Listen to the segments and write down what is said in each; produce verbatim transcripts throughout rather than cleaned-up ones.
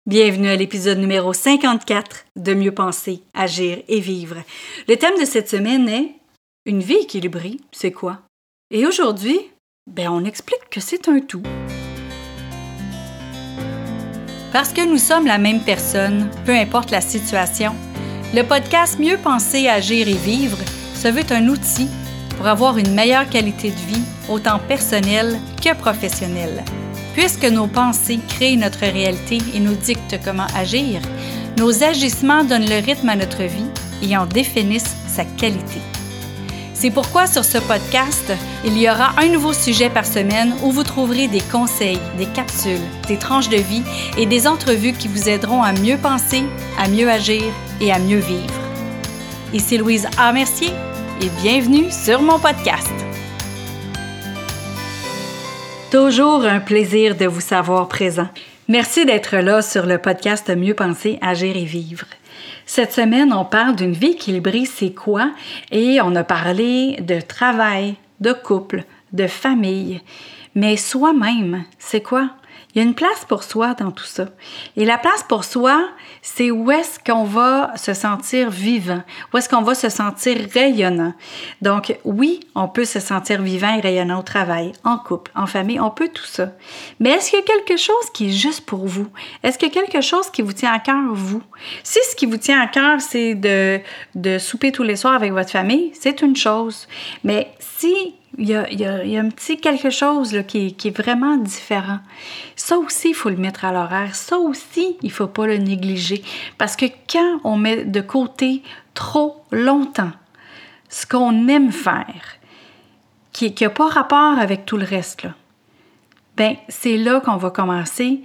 Bienvenue à l'épisode numéro cinquante-quatre de Mieux penser, agir et vivre. Le thème de cette semaine est « Une vie équilibrée, c'est quoi? » Et aujourd'hui, ben on explique que c'est un tout. Parce que nous sommes la même personne, peu importe la situation, le podcast Mieux penser, agir et vivre se veut un outil pour avoir une meilleure qualité de vie, autant personnelle que professionnelle. Puisque nos pensées créent notre réalité et nous dictent comment agir, nos agissements donnent le rythme à notre vie et en définissent sa qualité. C'est pourquoi sur ce podcast, il y aura un nouveau sujet par semaine où vous trouverez des conseils, des capsules, des tranches de vie et des entrevues qui vous aideront à mieux penser, à mieux agir et à mieux vivre. Ici Louise A. Mercier et bienvenue sur mon podcast. Toujours un plaisir de vous savoir présent. Merci d'être là sur le podcast Mieux penser, agir et vivre. Cette semaine, on parle d'une vie équilibrée, c'est quoi? Et on a parlé de travail, de couple, de famille. Mais soi-même, c'est quoi? Il y a une place pour soi dans tout ça. Et la place pour soi, c'est où est-ce qu'on va se sentir vivant, où est-ce qu'on va se sentir rayonnant. Donc, oui, on peut se sentir vivant et rayonnant au travail, en couple, en famille, on peut tout ça. Mais est-ce qu'il y a quelque chose qui est juste pour vous? Est-ce qu'il y a quelque chose qui vous tient à cœur, vous? Si ce qui vous tient à cœur, c'est de, de souper tous les soirs avec votre famille, c'est une chose. Mais si Il y, a, il, y a, il y a un petit quelque chose là, qui, qui est vraiment différent. Ça aussi, il faut le mettre à l'horaire. Ça aussi, il ne faut pas le négliger. Parce que quand on met de côté trop longtemps ce qu'on aime faire, qui n'a pas rapport avec tout le reste, là, ben, c'est là qu'on va commencer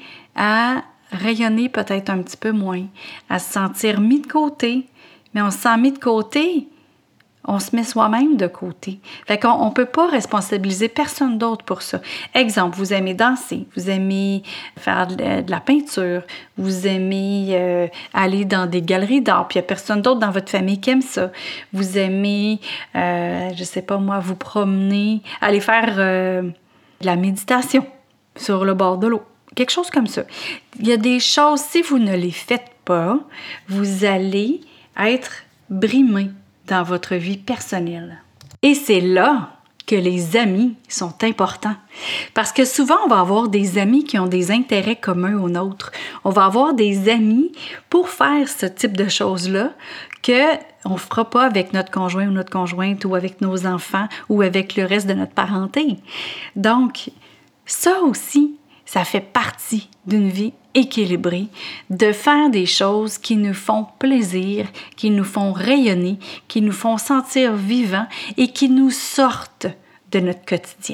à rayonner peut-être un petit peu moins, à se sentir mis de côté. Mais on se sent mis de côté, on se met soi-même de côté. Fait qu'on ne peut pas responsabiliser personne d'autre pour ça. Exemple, vous aimez danser, vous aimez faire de, de la peinture, vous aimez euh, aller dans des galeries d'art, puis il n'y a personne d'autre dans votre famille qui aime ça. Vous aimez, euh, je ne sais pas moi, vous promener, aller faire euh, de la méditation sur le bord de l'eau. Quelque chose comme ça. Il y a des choses, si vous ne les faites pas, vous allez être brimé dans votre vie personnelle. Et c'est là que les amis sont importants. Parce que souvent, on va avoir des amis qui ont des intérêts communs aux nôtres. On va avoir des amis pour faire ce type de choses-là qu'on ne fera pas avec notre conjoint ou notre conjointe ou avec nos enfants ou avec le reste de notre parenté. Donc, ça aussi, ça fait partie d'une vie équilibrée, de faire des choses qui nous font plaisir, qui nous font rayonner, qui nous font sentir vivants et qui nous sortent de notre quotidien.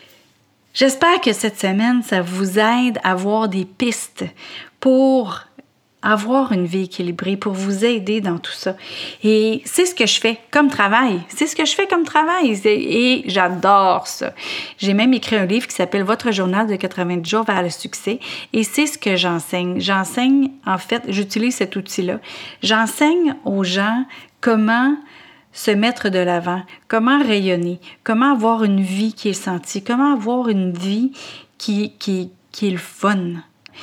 J'espère que cette semaine, ça vous aide à avoir des pistes pour avoir une vie équilibrée, pour vous aider dans tout ça. Et c'est ce que je fais comme travail. C'est ce que je fais comme travail. Et j'adore ça. J'ai même écrit un livre qui s'appelle « Votre journal de quatre-vingt-dix jours vers le succès ». Et c'est ce que j'enseigne. J'enseigne, en fait, j'utilise cet outil-là. J'enseigne aux gens comment se mettre de l'avant, comment rayonner, comment avoir une vie qui est sentie, comment avoir une vie qui, qui, qui est le fun.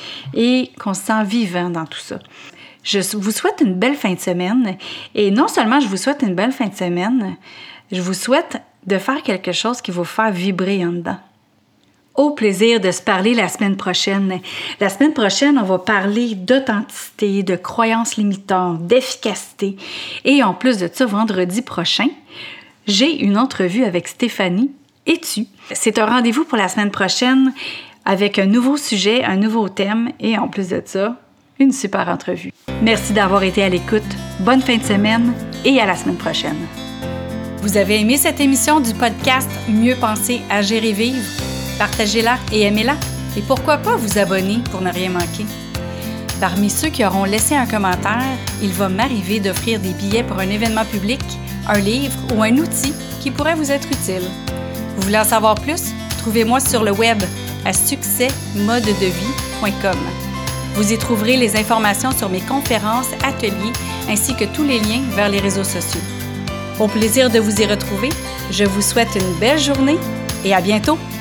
Et qu'on se sent vivant dans tout ça. Je vous souhaite une belle fin de semaine. Et non seulement je vous souhaite une belle fin de semaine, je vous souhaite de faire quelque chose qui va vous faire vibrer en dedans. Au plaisir de se parler la semaine prochaine. La semaine prochaine, on va parler d'authenticité, de croyances limitantes, d'efficacité. Et en plus de ça, vendredi prochain, j'ai une entrevue avec Stéphanie Etu. C'est un rendez-vous pour la semaine prochaine avec un nouveau sujet, un nouveau thème et en plus de ça, une super entrevue. Merci d'avoir été à l'écoute. Bonne fin de semaine et à la semaine prochaine. Vous avez aimé cette émission du podcast Mieux penser, agir et vivre? Partagez-la et aimez-la. Et pourquoi pas vous abonner pour ne rien manquer? Parmi ceux qui auront laissé un commentaire, il va m'arriver d'offrir des billets pour un événement public, un livre ou un outil qui pourrait vous être utile. Vous voulez en savoir plus? Trouvez-moi sur le web à succès mode de vie point com. Vous y trouverez les informations sur mes conférences, ateliers, ainsi que tous les liens vers les réseaux sociaux. Au plaisir de vous y retrouver, je vous souhaite une belle journée et à bientôt!